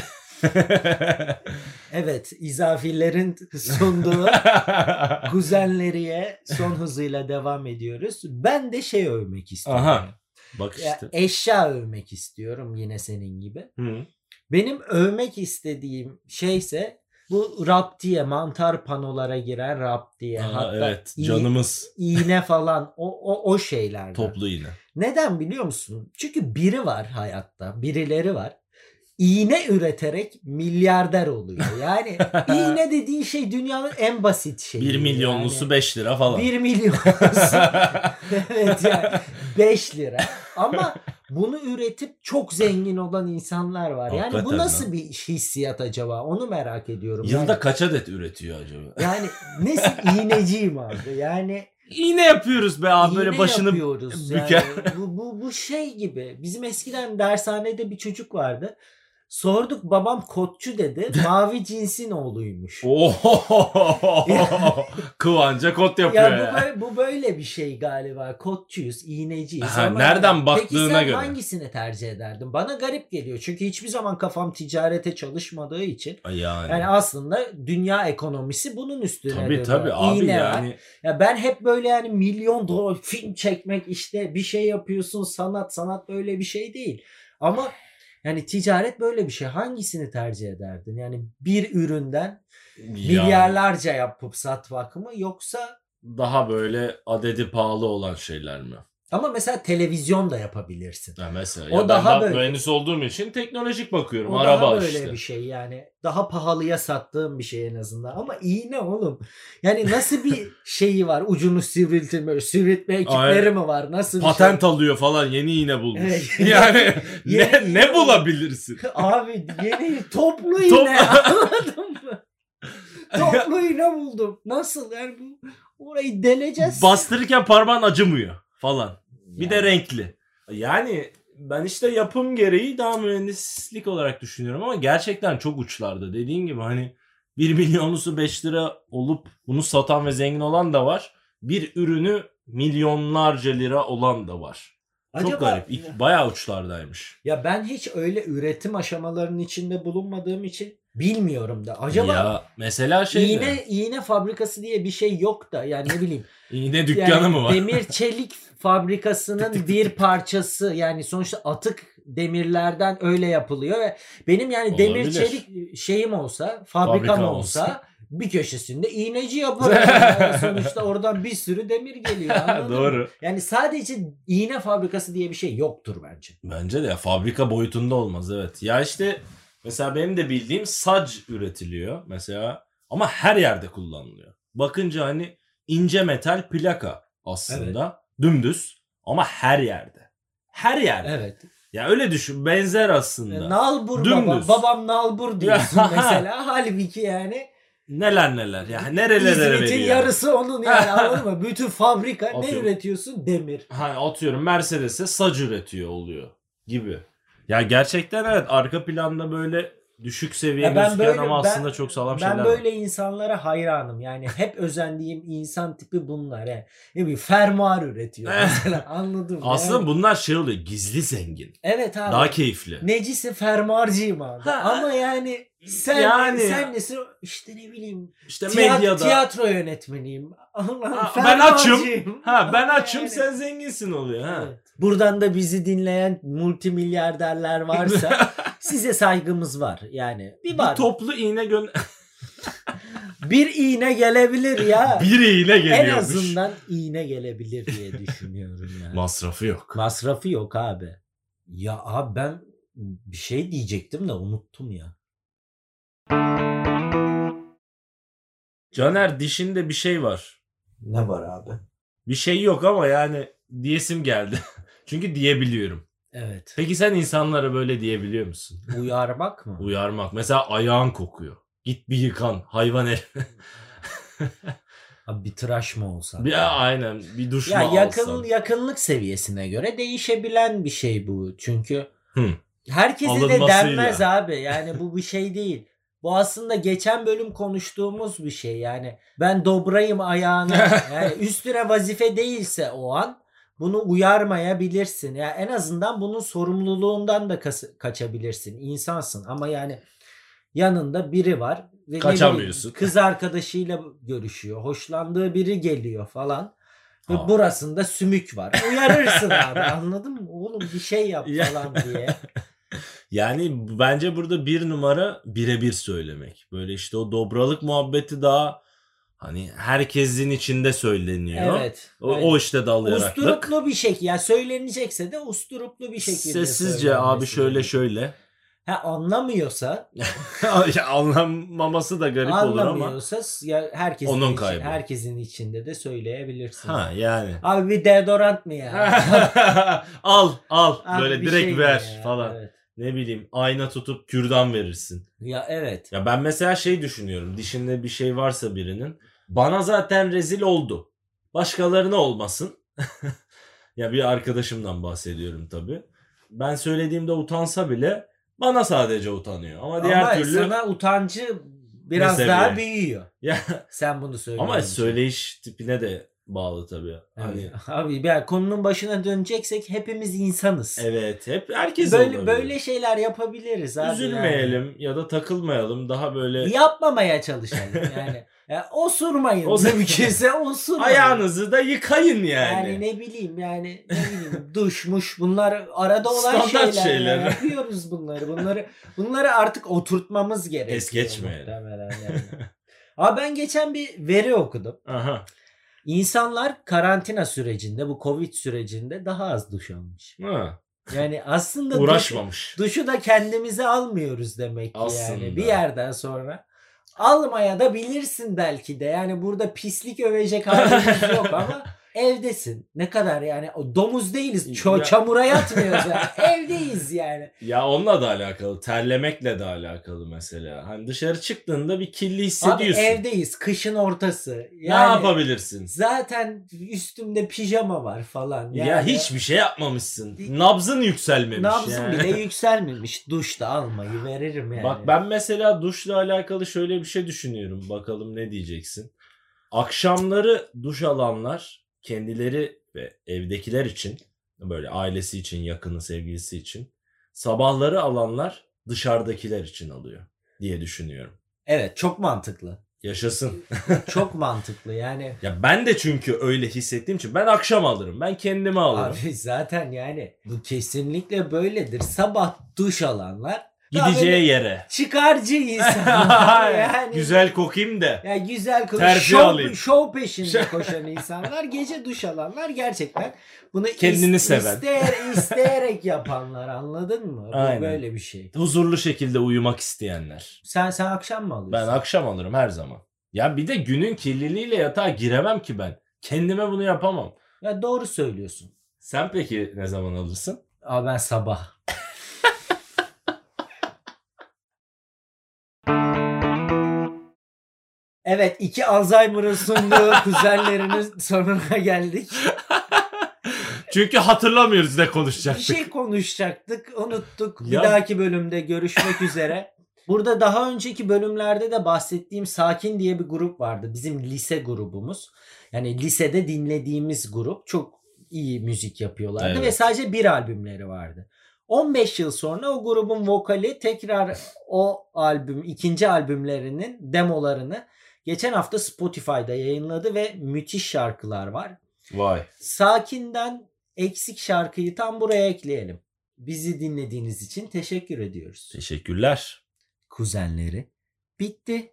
Evet, izafilerin sunduğu kuzenleriye son hızıyla devam ediyoruz. Ben de şey övmek istiyorum. Aha. Bak Ya, işte. eşya övmek istiyorum yine senin gibi. Hı. Benim övmek istediğim şeyse bu raptiye, mantar panolara giren raptiye. Aa, Hatta evet iğ- canımız iğne falan o, o, o şeylerden. toplu yine. Neden biliyor musun? Çünkü biri var hayatta, birileri var. İğne üreterek milyarder oluyor. Yani iğne dediğin şey dünyanın en basit şeyi. Bir milyonlusu yani. beş lira falan. Bir milyonlusu. Evet yani beş lira. Ama bunu üretip çok zengin olan insanlar var. Yani bu Hakikaten nasıl lan. bir hissiyat acaba? Onu merak ediyorum. Yılda yani, kaç adet üretiyor acaba? yani nesi iğneciyim abi. Yani İğne yapıyoruz be abi böyle İğne başını yapıyoruz. büker. Yani bu, bu, bu şey gibi. Bizim eskiden dershanede bir çocuk vardı. Sorduk babam kotçu dedi. Mavi cinsin oğluymuş. Oho! Kıvanca kot yapıyor Ya ya. bu böyle, bu böyle bir şey galiba. Kotçuyuz, iğneciyiz. Ha, Ama nereden yani- baktığına Peki sen göre. hangisini tercih ederdin? Bana garip geliyor. Çünkü hiçbir zaman kafam ticarete çalışmadığı için. Yani. Yani aslında dünya ekonomisi bunun üstüne tabii dönüyor. tabii abi İğne var. yani. Ya ben hep böyle yani milyon dolar film çekmek işte bir şey yapıyorsun sanat sanat böyle bir şey değil. Ama yani ticaret böyle bir şey. Hangisini tercih ederdin? Yani bir üründen milyarlarca yapıp satmak mı yoksa Daha böyle adedi pahalı olan şeyler mi? ama mesela televizyon da yapabilirsin. Ya mesela O ya daha ben de böyle. mühendis olduğum için teknolojik bakıyorum. O Araba daha böyle işte. bir şey yani. Daha pahalıya sattığım bir şey en azından. Ama iğne oğlum. Yani nasıl bir şeyi var? Ucunu sivriltme, böyle sivriltme ekipleri Aynen. mi var? Nasıl bir Patent şey? alıyor falan yeni iğne bulmuş. Evet. yani Yeni ne, iğne ne bulmuş. bulabilirsin? Abi yeni toplu Top- iğne anladın mı? Toplu iğne buldum. Nasıl yani bu orayı deleceğiz. Bastırırken parmağın acımıyor falan. Bir de Yani. renkli. Yani ben işte yapım gereği daha mühendislik olarak düşünüyorum ama gerçekten çok uçlarda. Dediğin gibi hani bir milyonlusu beş lira olup bunu satan ve zengin olan da var. Bir ürünü milyonlarca lira olan da var. Çok Acaba- garip. İlk- Bayağı uçlardaymış. Ya ben hiç öyle üretim aşamalarının içinde bulunmadığım için bilmiyorum da. Acaba ya mesela şey iğne de, iğne fabrikası diye bir şey yok da yani ne bileyim. iğne dükkanı Yani mı var? demir çelik fabrikasının bir parçası yani sonuçta atık demirlerden öyle yapılıyor ve benim yani demir Olabilir. çelik şeyim olsa fabrikam Fabrikam olsa, olsa. bir köşesinde iğneci yaparım. Yani sonuçta oradan bir sürü demir geliyor. anladın mı? Doğru. Yani sadece iğne fabrikası diye bir şey yoktur bence. Bence de ya fabrika boyutunda olmaz evet. Ya işte mesela benim de bildiğim sac üretiliyor mesela ama her yerde kullanılıyor. Bakınca hani ince metal plaka aslında dümdüz ama her yerde. Her yerde. Evet. Ya öyle düşün. Benzer aslında. Nalbur baba. Dümdüz. Babam nalbur diyorsun mesela. Halbuki yani Neler neler. Ya nerelere İzmit'in veriyor. yarısı onun yani, anladın mı? Bütün fabrika ne Atıyorum. üretiyorsun? Demir. Hani atıyorum Mercedes'e sac üretiyor oluyor gibi. Ya gerçekten evet, arka planda böyle düşük seviye Ya ben gözüken böyle- ama ben- aslında çok sağlam Ben şeyler böyle var. insanlara hayranım. Yani hep özendiğim insan tipi bunlar. Yani. Ne bileyim fermuar üretiyor mesela, anladın mı? Aslında Yani- bunlar şey oluyor, gizli zengin. Evet abi. Daha keyifli. Necisi fermuarcıyım abi. Ha. Ama yani sen Yani- sen nesin? İşte ne bileyim. İşte Tiyat- medyada. Tiyatro yönetmeniyim. Allah'ım, Ha, ben açım. fermuarcıyım. Ha ben Ama açım yani- sen zenginsin oluyor ha. Evet. Buradan da bizi dinleyen multimilyarderler varsa size saygımız var. Yani bir Bir var. toplu iğne gön Bir iğne gelebilir ya. bir iğne En geliyormuş. azından iğne gelebilir diye düşünüyorum yani. Masrafı yok. Masrafı yok abi. Ya abi ben bir şey diyecektim de unuttum ya. Caner, dişinde bir şey var. Ne var abi? Bir şey yok ama yani diyesim geldi. Çünkü diyebiliyorum. Evet. Peki sen insanlara böyle diyebiliyor musun? Uyarmak mı? Uyarmak. Mesela ayağın kokuyor. Git bir yıkan. Hayvan el. Abi bir tıraş mı olsa? Bir, aynen. Bir duş Ya mu yakın alsan? yakınlık seviyesine göre değişebilen bir şey bu. Çünkü Hı. herkese de Alınmasıyla. denmez abi. Yani bu bir şey değil. Bu aslında geçen bölüm konuştuğumuz bir şey. Yani ben dobrayım ayağına. Yani üstüne vazife değilse o an bunu uyarmayabilirsin. Yani en azından bunun sorumluluğundan da kas- kaçabilirsin. İnsansın ama yani yanında biri var ve ne Kaçamıyorsun. bileyim, kız arkadaşıyla görüşüyor. Hoşlandığı biri geliyor falan. Ve Aa. burasında sümük var. Uyarırsın abi, anladın mı? Oğlum bir şey yap Ya. falan diye. Yani bence burada bir numara birebir söylemek. Böyle işte o dobralık muhabbeti daha hani herkesin içinde söyleniyor. Evet. O, Yani o işte dallayaraklık. usturuplu bir şekilde. Ya söylenecekse de usturuplu bir şekilde. Sessizce abi söylenmesi şöyle gerekiyor. şöyle. Ha, anlamıyorsa Ya anlamaması da garip olur ama. anlamıyorsa ya herkesin Onun içi- kaybı. herkesin içinde de söyleyebilirsin. Ha yani. Abi bir deodorant mı ya? al al Abi böyle bir direkt şey mi ver ya? falan. Evet. Ne bileyim ayna tutup kürdan verirsin. Ya evet. Ya ben mesela şey düşünüyorum. Dişinde bir şey varsa birinin. Bana zaten rezil oldu. Başkalarına olmasın. Ya bir arkadaşımdan bahsediyorum tabii. Ben söylediğimde utansa bile bana sadece utanıyor. Ama diğer Ama türlü sana utancı biraz Ne daha seviye? büyüyor. ya Sen bunu söyleyince. ama söyleyiş tipine de bağlı tabii. Hani Evet. Abi yani konunun başına döneceksek hepimiz insanız. evet, hep herkes Böyle olabilir. böyle şeyler yapabiliriz abi. Üzülmeyelim ya da takılmayalım. Daha böyle Yani. Yapmamaya çalışalım yani. Ya osurmayın. Osur- Mümkünse osurmayın. ayağınızı da yıkayın yani. Yani ne bileyim yani ne bileyim duşmuş bunlar arada olan Standart şeyler. şeyler. Ya. Yapıyoruz bunları. Bunları bunları artık oturtmamız gerekiyor. Es geçmeyelim. muhtemelen yani. Abi ben geçen bir veri okudum. Aha. İnsanlar karantina sürecinde, bu Covid sürecinde daha az duş almış. Ha. Yani aslında duş- Uğraşmamış. duşu da kendimize almıyoruz demek ki Aslında. yani bir yerden sonra. Almaya da bilirsin belki de. Yani burada pislik övecek halimiz yok ama evdesin. Ne kadar yani o domuz değiliz. Ço- Ya- çamura yatmıyoruz yani. Evdeyiz yani. Ya onunla da alakalı. Terlemekle de alakalı mesela. Hani dışarı çıktığında bir kirli Abi hissediyorsun. evdeyiz. Kışın ortası. Ne Yani yapabilirsin? zaten üstümde pijama var falan. Yani Ya hiçbir şey yapmamışsın. Nabzın yükselmemiş nabzım yani. bile yükselmemiş. Duşta almayı veririm yani. Bak ben mesela duşla alakalı şöyle bir şey düşünüyorum. Bakalım ne diyeceksin. Akşamları duş alanlar kendileri ve evdekiler için, böyle ailesi için, yakını, sevgilisi için, sabahları alanlar dışarıdakiler için alıyor diye düşünüyorum. Evet, çok mantıklı. Yaşasın. Çok mantıklı yani. Ya ben de çünkü öyle hissettiğim için ben akşam alırım. Ben kendime alırım. Abi zaten yani bu kesinlikle böyledir. Sabah duş alanlar Gideceği böyle yere. çıkarcı insanlar yani. Güzel kokayım da. Ya güzel konuş. Terfi Şov, alayım. şov peşinde koşan insanlar, gece duş alanlar gerçekten bunu Kendini is- seven. Isteyerek, isteyerek yapanlar, anladın mı? Bu Aynen. böyle bir şey. Huzurlu şekilde uyumak isteyenler. Sen sen akşam mı alıyorsun? Ben akşam alırım her zaman. Ya bir de günün kirliliğiyle yatağa giremem ki ben. Kendime bunu yapamam. Ya doğru söylüyorsun. Sen peki ne zaman alırsın? Aa, ben sabah. Evet, iki Alzheimer'ın sunduğu kuzenlerinin sonuna geldik. Çünkü hatırlamıyoruz ne Bir konuşacaktık. şey konuşacaktık, unuttuk. Bir Ya- dahaki bölümde görüşmek üzere. Burada daha önceki bölümlerde de bahsettiğim Sakin diye bir grup vardı. Bizim lise grubumuz. Yani lisede dinlediğimiz grup. Çok iyi müzik yapıyorlardı Evet. ve sadece bir albümleri vardı. on beş yıl sonra o grubun vokali tekrar o albüm, ikinci albümlerinin demolarını geçen hafta Spotify'da yayınladı ve müthiş şarkılar var. Vay. Sakin'den eksik şarkıyı tam buraya ekleyelim. Bizi dinlediğiniz için teşekkür ediyoruz. Teşekkürler. Kuzenleri bitti.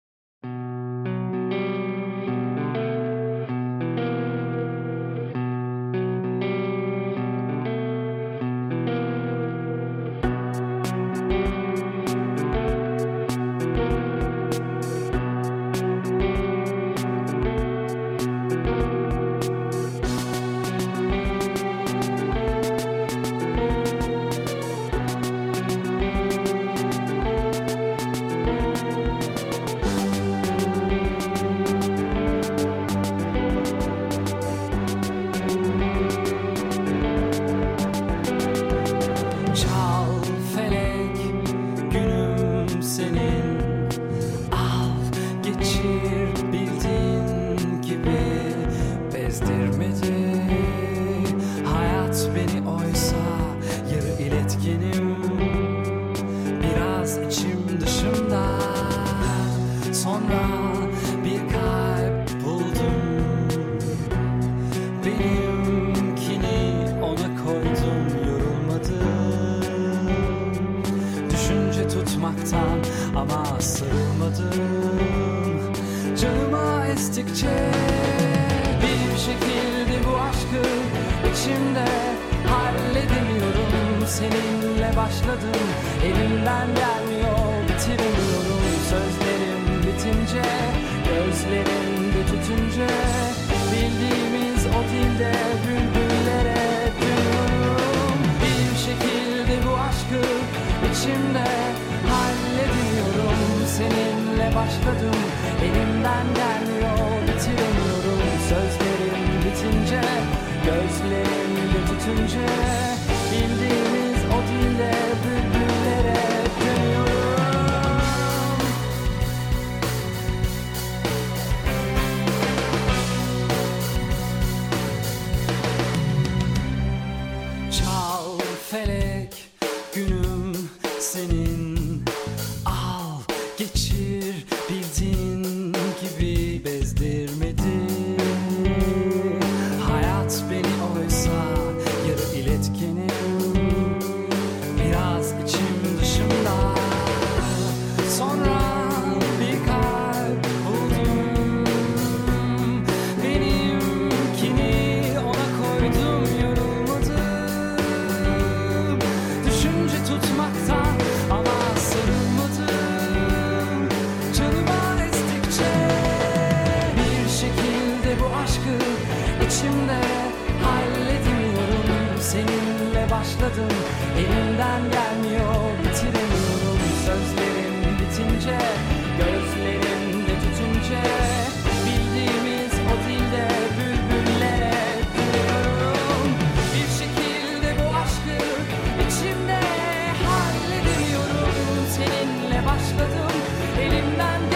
Çal felek, günüm senin. Al geçir bildiğin gibi. Bezdirmedi hayat beni, oysa yarı iletkenim. Biraz içim dışımda. Sonra bir kalp buldum. Benimkini ona koydum, yorulmadım. Düşünce tutmaktan ama sarılmadım. Canıma estikçe bir şekilde bu aşkı içimde halledemiyorum. Seninle başladım, elimden gelmiyor, bitiremiyorum. Sözlerim bitince, gözlerim de tutunca, bildiğimiz o dilde bülbüllere dönüyorum. Bir şekilde bu aşkı içimde halledemiyorum. Seninle başladım, elimden gelmiyor, bitiremiyorum. Sözlerim bitince, gözlerim de tutunca, bildiğimiz o dilde bülbüllere dönüyorum. Çal felek, günüm senin. Al geçir bildiğin gibi. Bezdirmedi hayat beni, oysa yarı iletkenim. Biraz içim dışımda. Sonra bir kalp buldum. Benimkini ona koydum, yorulmadım. Düşünce tutmaktan ama sarılmadım. Canıma estikçe bir şekilde bu aşkı içimde halledemiyorum. Seninle başladım, elimden gelmiyor, bitiremiyorum. Sözlerim bitince, gözlerim de tutunca, bildiğimiz o dilde bülbüllere dönüyorum. Bir şekilde bu aşkı içimde halledemiyorum. Seninle başladım, elimden